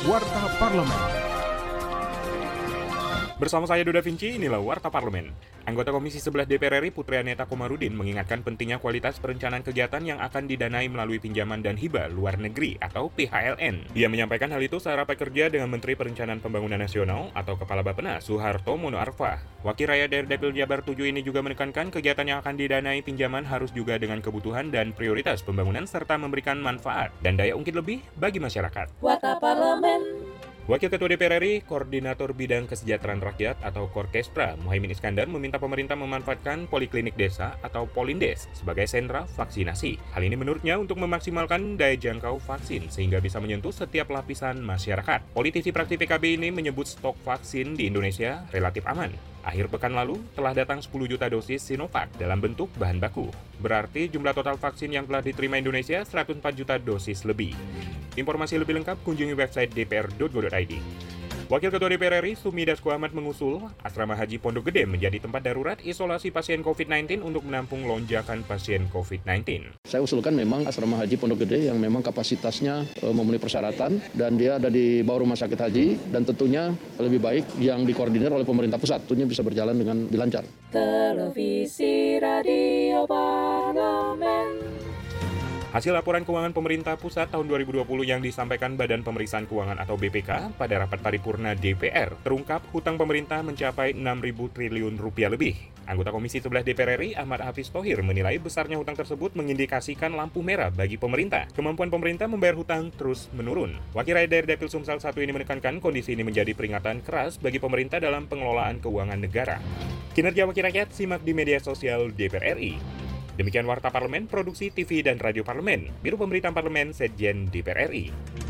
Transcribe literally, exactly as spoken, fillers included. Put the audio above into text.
Warta Parlemen. Bersama saya Duda Vinci, inilah Warta Parlemen. Anggota Komisi sebelas D P R R I Putrianeta Komarudin mengingatkan pentingnya kualitas perencanaan kegiatan yang akan didanai melalui pinjaman dan hibah luar negeri atau P H L N. Ia menyampaikan hal itu saat rapat kerja dengan Menteri Perencanaan Pembangunan Nasional atau Kepala Bappenas Soeharto Mono Arfa. Wakil Rakyat dari Dapil Jabar tujuh ini juga menekankan kegiatan yang akan didanai pinjaman harus juga dengan kebutuhan dan prioritas pembangunan serta memberikan manfaat dan daya ungkit lebih bagi masyarakat. Warta Parlemen. Wakil Ketua D P R R I, Koordinator Bidang Kesejahteraan Rakyat atau Korkespra, Muhaimin Iskandar meminta pemerintah memanfaatkan Poliklinik Desa atau Polindes sebagai sentra vaksinasi. Hal ini menurutnya untuk memaksimalkan daya jangkau vaksin sehingga bisa menyentuh setiap lapisan masyarakat. Politisi praksi P K B ini menyebut stok vaksin di Indonesia relatif aman. Akhir pekan lalu telah datang sepuluh juta dosis Sinovac dalam bentuk bahan baku. Berarti jumlah total vaksin yang telah diterima Indonesia seratus empat juta dosis lebih. Informasi lebih lengkap kunjungi website d p r dot go dot i d. Wakil Ketua D P R R I Sumi Dasko Ahmad mengusul Asrama Haji Pondok Gede menjadi tempat darurat isolasi pasien covid sembilan belas untuk menampung lonjakan pasien covid sembilan belas. Saya usulkan memang Asrama Haji Pondok Gede yang memang kapasitasnya e, memenuhi persyaratan dan dia ada di bawah rumah sakit haji dan tentunya lebih baik yang dikoordinir oleh pemerintah pusat, tentunya bisa berjalan dengan lancar. Televisi Radio Parlemen. Hasil laporan keuangan pemerintah pusat tahun dua ribu dua puluh yang disampaikan Badan Pemeriksaan Keuangan atau B P K pada rapat paripurna D P R terungkap hutang pemerintah mencapai enam ribu triliun rupiah lebih. Anggota Komisi sebelas D P R R I Ahmad Hafiz Thohir menilai besarnya hutang tersebut mengindikasikan lampu merah bagi pemerintah. Kemampuan pemerintah membayar hutang terus menurun. Wakil rakyat dari Dapil Sumsel satu ini menekankan kondisi ini menjadi peringatan keras bagi pemerintah dalam pengelolaan keuangan negara. Kinerja Wakil Rakyat simak di media sosial D P R R I. Demikian Warta Parlemen, Produksi T V dan Radio Parlemen, Biro Pemberitaan Parlemen, Setjen D P R R I.